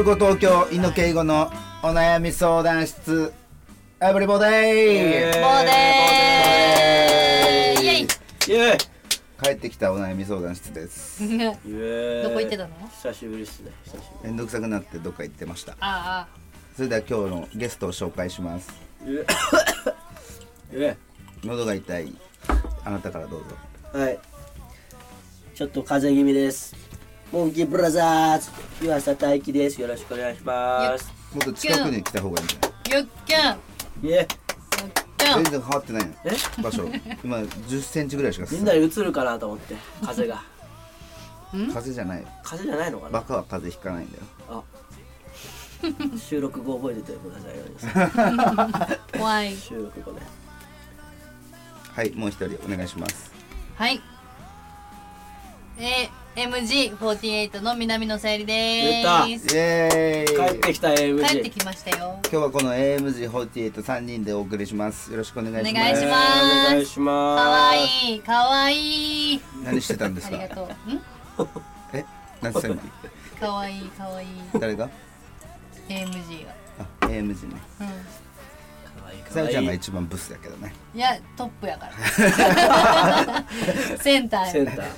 ルコ東京猪野敬吾のお悩み相談室エブリボデーイエイ帰ってきたお悩み相談室です。 どこ行ってたの？ 久しぶりっすね。 めんどくさくなってどっか行ってました。 あそれでは今日のゲストを紹介します。喉が痛いあなたからどうぞ。 はい、ちょっと風邪気味です。モンキーブラザーズ岩佐大輝です。よろしくお願いします。 もっと近くに来た方がいいんじゃない？ ゆっきゅんイエ全然変わってないの場所。今10センチぐらいしか進んでない。 みんなに移るかなと思って風が風邪じゃない。 風邪じゃないのかな。 バカは風邪ひかないんだよ。 あ収録後覚えててくださいよ。 怖い。 収録後ね。 はい、もう一人お願いします。 はい。MG48 の南野さゆりでーす。 イエーイ。 帰ってきた AMG。 帰ってきましたよ。 今日はこの AMG48 3人でお送りします。よろしくお願いします。 お願いします。 お願いします。 かわいいかわいい。 何してたんですか？ ありがとう。 何してたの？ かわいいかわいい。 誰が？ AMG が。 あ、AMG ね。さゆちゃんが一番ブスだけどね。 いやトップやから。センター。 センター。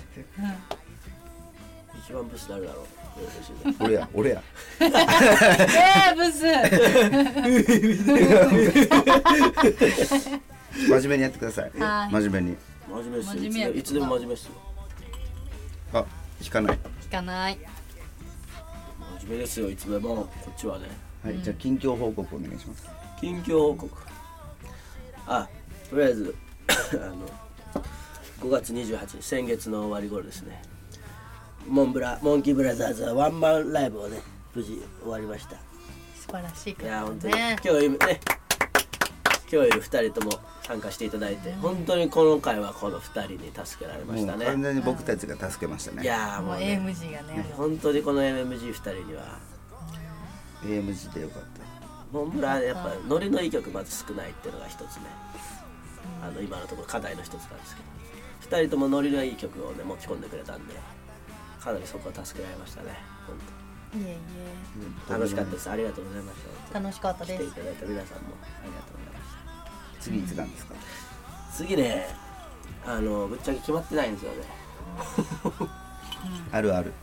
一番ブス誰だろう。 俺や。 ブス。 真面目にやってください。 はい真面目に。 真面目っす真面目やけどいつでも真面目っすよ。 あ、引かない。 聞かない。 真面目ですよいつでもこっちはね。 はい、じゃあ近況報告お願いします。 近況報告。とりあえず5月28日先月の終わり頃ですね。モンキーブラザーズはワンマンライブをね無事終わりました。 素晴らしいいからや本当にね。 今日いる2人とも参加していただいて、本当にこの回はこの2人に助けられましたね。 もう完全に僕たちが助けましたね。 いやもうもうね AMG がね。 本当にこの MMG2 人には AMG でよかった。 モンブランやっぱノリのいい曲まず少ないっていうのが一つね、今のところ課題の一つなんですけど、2人ともノリのいい曲をね持ち込んでくれたんで、かなりそこは助けられましたね。本当いえい楽しかったです。ありがとうございましえ楽しかったた。来です。 ていただいた皆さんもありがとうございました。 次いつなんですか？ 次ね、ぶっちゃけ決まってないんですよね。 あるある。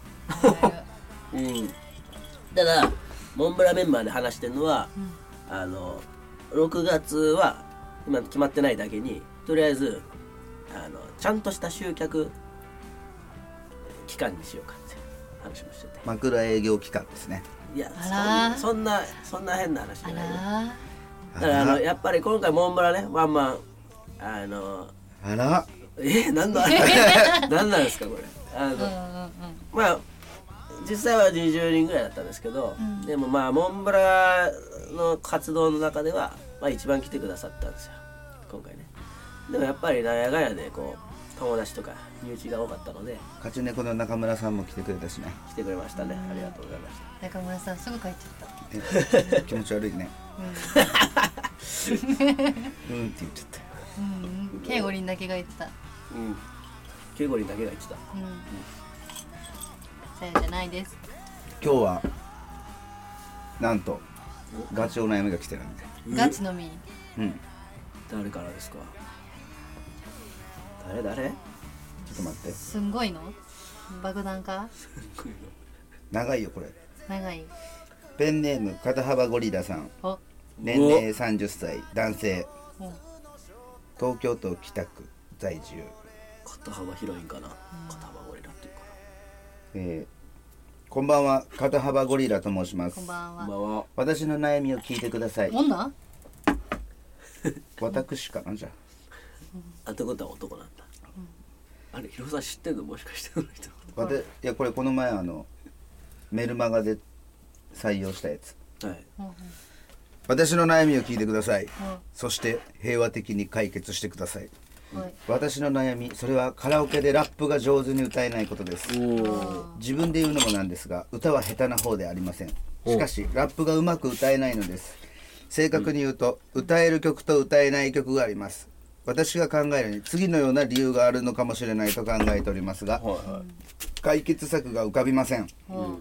ただモンブラメンバーで話してるのは、6月は今決まってないだけに、とりあえずちゃんとした集客期間にしようかって話もしてて。 枕営業期間ですね。 いやあらそんな変な話じあゃないよ。 らだからやっぱり今回モンブラねワンマンあら。 なんなんですかこれ。まあ実際は20人ぐらいだったんですけど、でもまあモンブラの活動の中では、一番来てくださったんですよ今回ね。でもやっぱりなんやがやでこう友達とか身内が多かったので、 勝ち猫の中村さんも来てくれたしね。 来てくれましたね。ありがとうございました。 中村さんすぐ帰っちゃっ気持ち悪いね。って言っちゃった。 た。ケイゴリンだけが言ってた。 ケイゴリンだけが言ってた。 さやじゃないです。 今日はなんとガチお悩みが来てるんで。 ガチのみ。 誰からですか？誰？ ちょっと待って。 すんごいの？爆弾か？ 長いよこれ。 長い。 ペンネーム肩幅ゴリラさん。年齢30歳男性。東京都北区在住。 肩幅広いんかな。肩幅ゴリラっていうかな。 こんばんは、肩幅ゴリラと申します。 こんばんは。 私の悩みを聞いてください。 女？ 私かなじゃあ。ってことは男なんだ。あれヒロさん知ってるのもしかして。 いやこれこの前メルマガで採用したやつ。 はい。 私の悩みを聞いてください。そして平和的に解決してください。私の悩み、それはカラオケでラップが上手に歌えないことです。自分で言うのもなんですが、歌は下手な方ではありません。しかしラップがうまく歌えないのです。正確に言うと、歌える曲と歌えない曲があります。私が考えるに次のような理由があるのかもしれないと考えておりますが、解決策が浮かびません。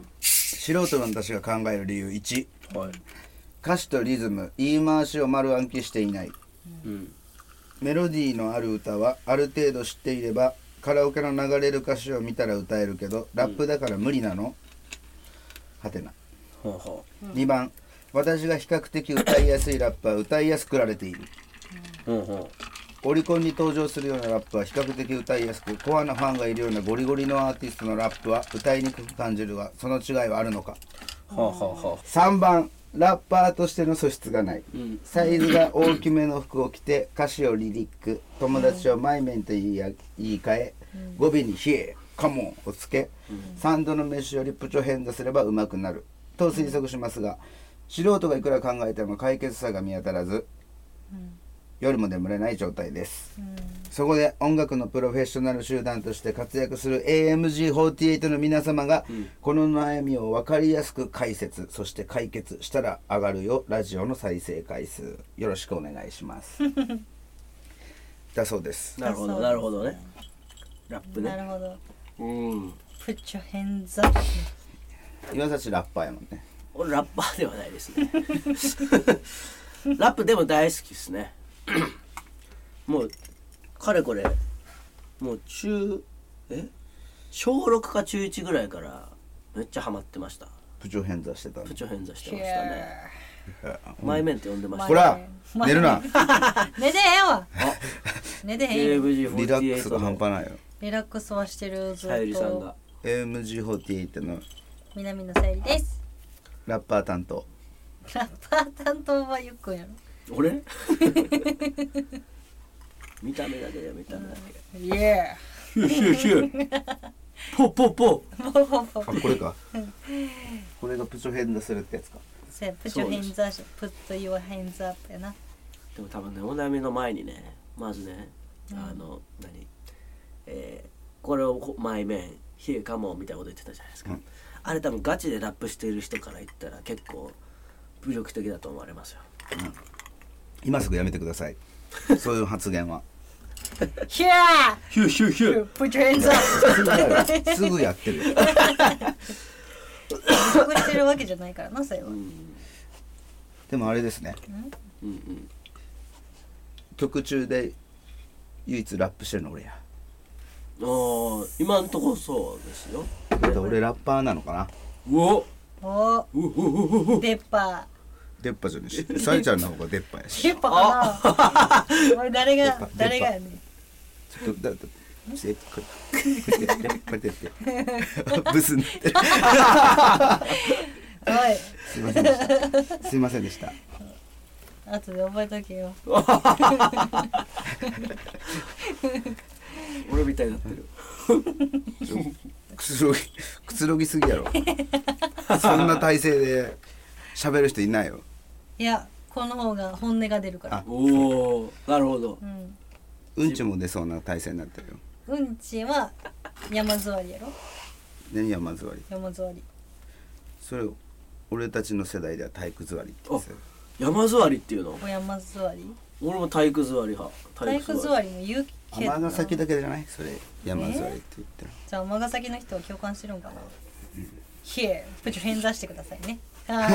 素人の私が考える理由1、 はい。 歌詞とリズム言い回しを丸暗記していない。 うん。 メロディーのある歌はある程度知っていればカラオケの流れる歌詞を見たら歌えるけど、ラップだから無理なの？はてな。 ほうほ 2番、私が比較的歌いやすいラップは歌いやすくられている。 う。ほうほオリコンに登場するようなラップは比較的歌いやすく、コアなファンがいるようなゴリゴリのアーティストのラップは歌いにくく感じるが、その違いはあるのか。 う。ほうほうほ 3番、ラッパーとしての素質がない。 う。うん。 サイズが大きめの服を着て歌詞をリリック、友達をマイメンと言い換え、語尾に「ヒエカモン」をつけ、3度の飯よりプチョ変化すれば上手くなると推測しますが、素人がいくら考えても解決策が見当たらず、夜も眠れない状態です。そこで音楽のプロフェッショナル集団として活躍する AMG48 の皆様が、この悩みを分かりやすく解説、そして解決したら上がるよラジオの再生回数よろしくお願いしますだそうです。 なるほど、なるほどね。ラップね。 なるほど。 うん。 プッチョヘンザッ岩崎ラッパーやもんね。 俺ラッパーではないですね。ラップでも大好きですね。もうかれこれもう小6か中1ぐらいからめっちゃハマってました。 プチョ変座してたの。 プチョ変座してましたね。前面って呼んでました。 ほら寝るな寝てへんわ。寝てへんよ。 リラック AMG48 スが半の端ないよ。 リラックスはしてるずさゆっとりさんが。 AMG48 の南野さゆりです。 ラッパー担当。 ラッパー担当はゆっくんやろ。 俺見た目だけだよ、見た目だけ。 イエヒューヒューヒューポポポ。 ー。ポポポ。 あ、これかこれがプチョ変座するってやつか。 せやプチョヘンザープットユアヘンザアップやな。 でも多分ね、お悩みの前にね、まずね、これを前面「ヒエカモン」みたいなこと言ってたじゃないですか、あれ多分ガチでラップしている人から言ったら結構侮辱的だと思われますよ。 今すぐやめてくださいそういう発言は。 ヒャヒューヒューヒュープッチョヘンザーすぐやってるよ。 隠してるわけじゃないからな、それは。 でもあれですね、曲中で唯一ラップしてるの俺や。 今んとこそうですよ。 だって俺ラッパーなのかな。 うおお出っ歯。 出っ歯じゃねえし、さえちゃんの方が出っ歯やし。 出っ歯かな。これ誰がやねん。 ちょっとこうやってブスになってる。 おい、 すいませんでした。すいませんでした。 後で覚えとけよ。 俺みたいになってる。 くつろぎすぎやろ。そんな体勢で喋る人いないよ。 いや、この方が本音が出るから。 おお、なるほど。 うんちも出そうな体勢になってるよ。 うんちは山座りやろ。 何山座り。 山座り。 それを俺たちの世代では体育座りって言ってたよ。 山座りっていうの？ お山座り。 俺も体育座り派。 体育座りも言うけど。 尼崎だけじゃないそれ山座りって言ってる。 じゃあ尼崎の人は共感してるんかな。ひえ、プチョ変座してくださいね。はい。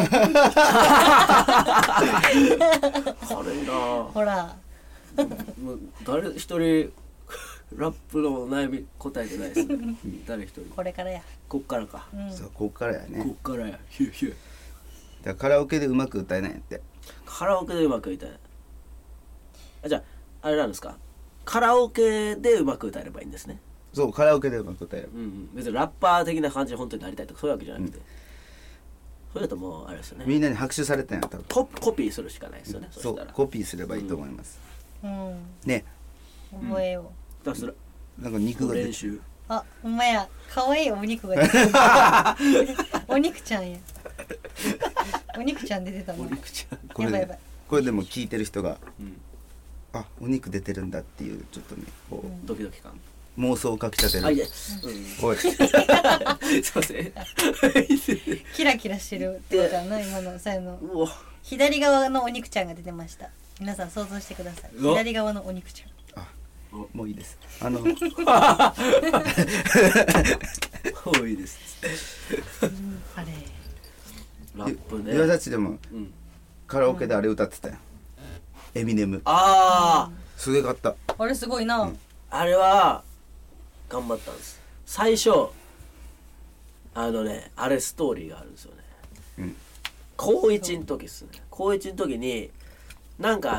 軽いな。 ほら。 もう誰一人ラップの悩み答えてないですね。誰一人。 これからや。 こっからか。 そうこっからやね。 こっからや。ヒューヒュー。 だからカラオケでうまく歌えないんやって。 カラオケでうまく歌えない。じゃああれなんですか。カラオケでうまく歌えればいいんですね。 そうカラオケでうまく歌える。 別にラッパー的な感じで本当になりたいとかそういうわけじゃなくて、それだともうあれですよね。 みんなに拍手されたんや多分。 コピーするしかないですよね。 そそしたらうコピーすればいいと思います。ね。 覚えよひたすらなんか肉が出て練習。 あ、ほんまや。可愛いお肉が出てた。お肉ちゃんや。お肉ちゃん出てたの。 これでやばいやばい。 これでも聞いてる人が、あお肉出てるんだっていうちょっとねこうドキドキ感。 妄想をかきたてる。 あ、いえ。 おいすいません。 キラキラしてるってことはな、今のさやのうわ。 左側のお肉ちゃんが出てました。皆さん想像してください。 うわ左側のお肉ちゃん。 もういいです。 多いですあれラップね岩立でもうんカラオケであれ歌ってたよ、エミネム。 あすげえかった。 あれすごいな、 あれは頑張ったんです。最初あれストーリーがあるんですよね、 うん、 高1の時っすね。高1の時になんか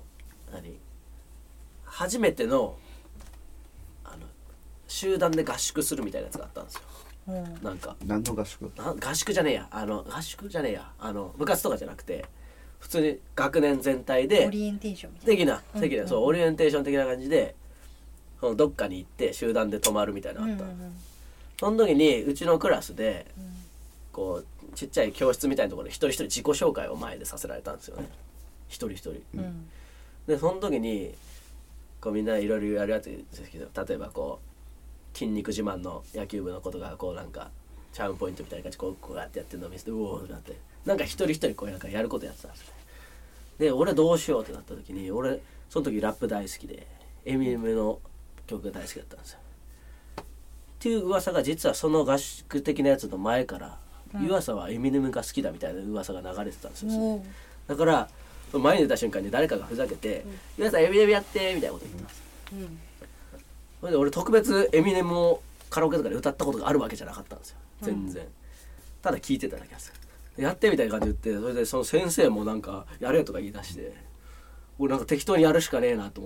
初めての集団で合宿するみたいなやつがあったんですよ、なんか何の合宿？ 合宿じゃねえや合宿じゃねえや部活とかじゃなくて普通に学年全体でオリエンテーションみたい的なそうオリエンテーション的な感じでどっかに行って集団で泊まるみたいなのがあった、その時にうちのクラスで、こうちっちゃい教室みたいなところで一人一人自己紹介を前でさせられたんですよね、一人一人、でその時にこうみんないろいろやるやつですけど、例えばこう筋肉自慢の野球部のことがこうなんかチャームポイントみたいな感じでこうやってやってるのを見せて、うおーってなってなんか一人一人こうなんかやることやってたんですよね。で俺どうしようってなった時に、俺その時ラップ大好きでエミネムの曲が大好きだったんですよ。っていう噂が実はその合宿的なやつの前から、湯浅はエミネムが好きだみたいな噂が流れてたんですよ、だから前に出た瞬間に誰かがふざけて「湯浅エミネムやって」みたいなこと言ってます、それで俺特別エミネムをカラオケとかで歌ったことがあるわけじゃなかったんですよ全然、ただ聴いてただけなんですよ。やってみたいな感じで言って、それでその先生もなんかやれとか言い出して、俺なんか適当にやるしかねえなと思って、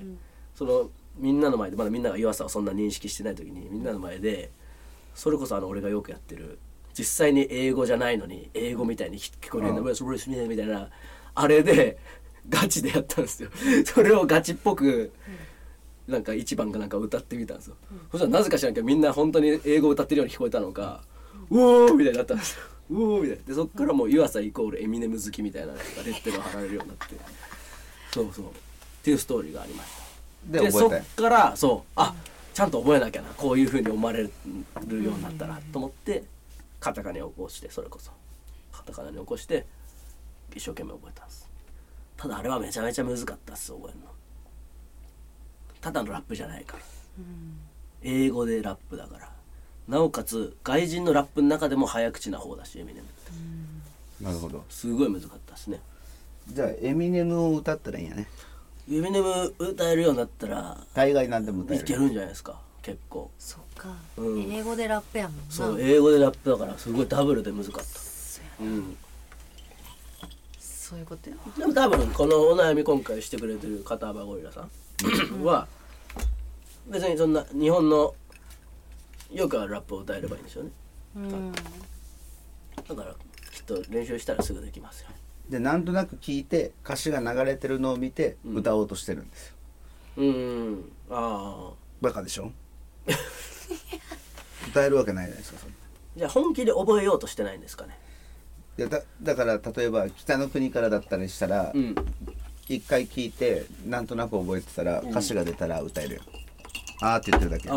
そのみんなの前で、まだみんなが湯浅をそんな認識してない時にみんなの前でそれこそ俺がよくやってる実際に英語じゃないのに英語みたいに聞こえるんだみたいなあれでガチでやったんですよそれをガチっぽくなんか1番かなんか歌ってみたんですよ、そしたらなぜか知らんけどみんな本当に英語を歌ってるように聞こえたのか、うおーみたいになったんですよ。うおーみたいな。でそっからもう湯浅イコールエミネム好きみたいなのがレッテルを貼られるようになって、そうっていうストーリーがありました。でそっからちゃんと覚えなきゃな、こういう風に思われるようになったらと思ってカタカナに起こして、それこそカタカナに起こして一生懸命覚えたんです。ただあれはめちゃめちゃ難かったっす、覚えるの。ただのラップじゃないから、英語でラップだから、なおかつ外人のラップの中でも早口な方だし、エミネムって、 なるほど。 すごい難かったですね。 じゃあエミネムを歌ったらいいんやね。 エミネム歌えるようになったら大概なんでも歌える。 いけるんじゃないですか、結構。 そっか、英語でラップやもんな。 そう、英語でラップだからすごいダブルで難かった。 そういうことや。 でも多分このお悩み今回してくれてる片幅ゴリラさんは別にそんな日本のよくあるラップを歌えればいいんですよね、だからきっと練習したらすぐできますよ。 でなんとなく聞いて歌詞が流れてるのを見て歌おうとしてるんですよ。バカでしょ歌えるわけないじゃないですか。 じゃあ本気で覚えようとしてないんですかね。 いやだから例えば北の国からだったりしたら、一回聞いてなんとなく覚えてたら、歌詞が出たら歌えるよ。あーって言ってるだけ。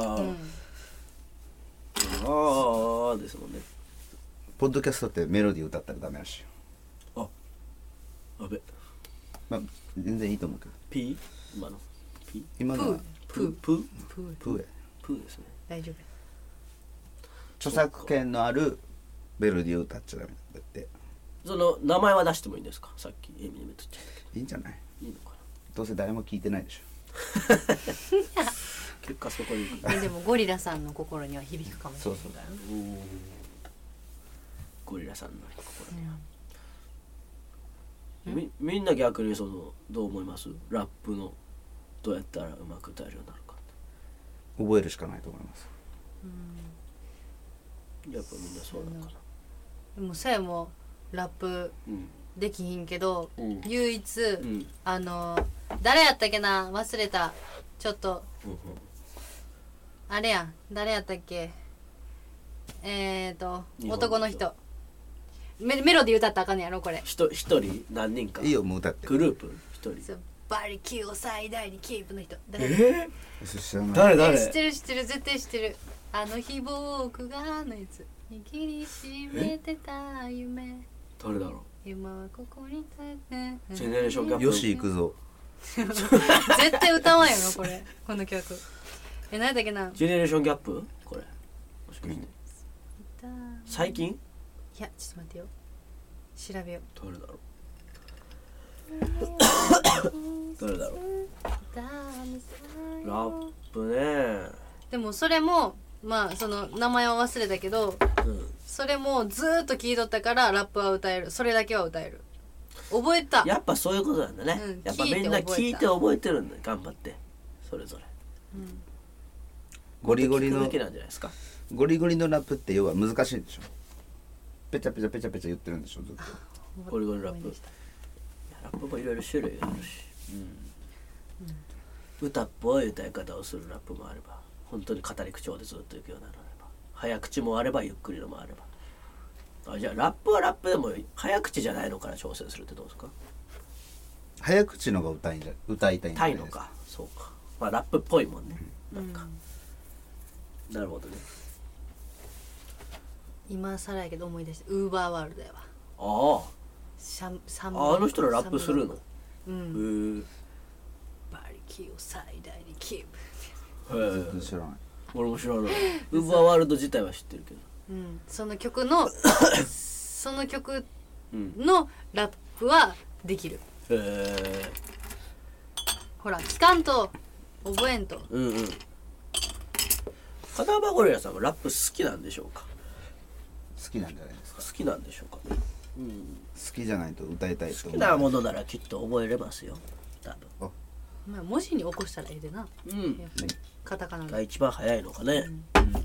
ですもんね。 ポッドキャストってメロディー歌ったらダメらしいよ。 やべ、 まあ全然いいと思うけど。 P？ 今の P？ 今のはプーですね。 大丈夫。 著作権のあるメロディーを歌っちゃダメだって。 その名前は出してもいいんですか。さっきエミネムと言っちゃったけど。 いいんじゃない。 いいのかな。 どうせ誰も聞いてないでしょ結果そこに行く。 でもゴリラさんの心には響くかもしれない。 ゴリラさんの心には。みんな逆にどう思います？ラップのどうやったらうまく歌えるようになるかって。 覚えるしかないと思います。 やっぱみんなそうなのかな。 でもさやもラップできひんけど、唯一、誰やったっけな、忘れた。ちょっと、あれやん、誰やったっけ、男の人。メロディー歌ったらあかんねやろこれ。 一人何人か。 いいよ、もう歌って。 グループ一人。 馬力を最大にキープの人。 誰？ 知ってる絶対知ってる。あの日僕がのやつ。握りしめてた夢。 誰だろう。 今はここに立って。 ジェネレーションギャップ。 よし行くぞ。 絶対歌わんよなこれ。この曲。何だっけな。 ジェネレーションギャップ？これ。もししかして最近いやちょっと待ってよ調べようどれだろうどれだろうラップねでもそれもまあその名前は忘れたけど、それもずーっと聞いとったからラップは歌えるそれだけは歌える覚えたやっぱそういうことなんだね、やっぱみんな聞いて覚えてるんだよ頑張ってそれぞれ、 ゴリゴリの聞くべきなんじゃないですかゴリゴリのラップって要は難しいんでしょ。ペチャペチャペチャペチャ言ってるんでしょずっと。 ゴリゴリラップラップもいろいろ種類があるし、歌っぽい歌い方をするラップもあれば本当に語り口調でずっといくようなのあれば早口もあればゆっくりのもあればじゃあラップはラップでも早口じゃないのから挑戦するってどうですか早口のが歌いたいんじゃないですか。 タイのかそうかまあラップっぽいもんね、なんか、なるほどね今更やけど思い出してウーバーワールドやわああの人らラップするの馬力を最大にキープ知らない。 俺も知らないウーバーワールド自体は知ってるけどその曲のその曲のラップはできる、ほら聞かんと覚えんと片場ゴリラさんはラップ好きなんでしょうか好きなんじゃないですか。 好きなんでしょうかね、 好きじゃないと歌いたいと思う。 好きなものならきっと覚えれますよ多分まあ文字に起こしたらええでな、やっぱりカタカナがで一番早いのかね、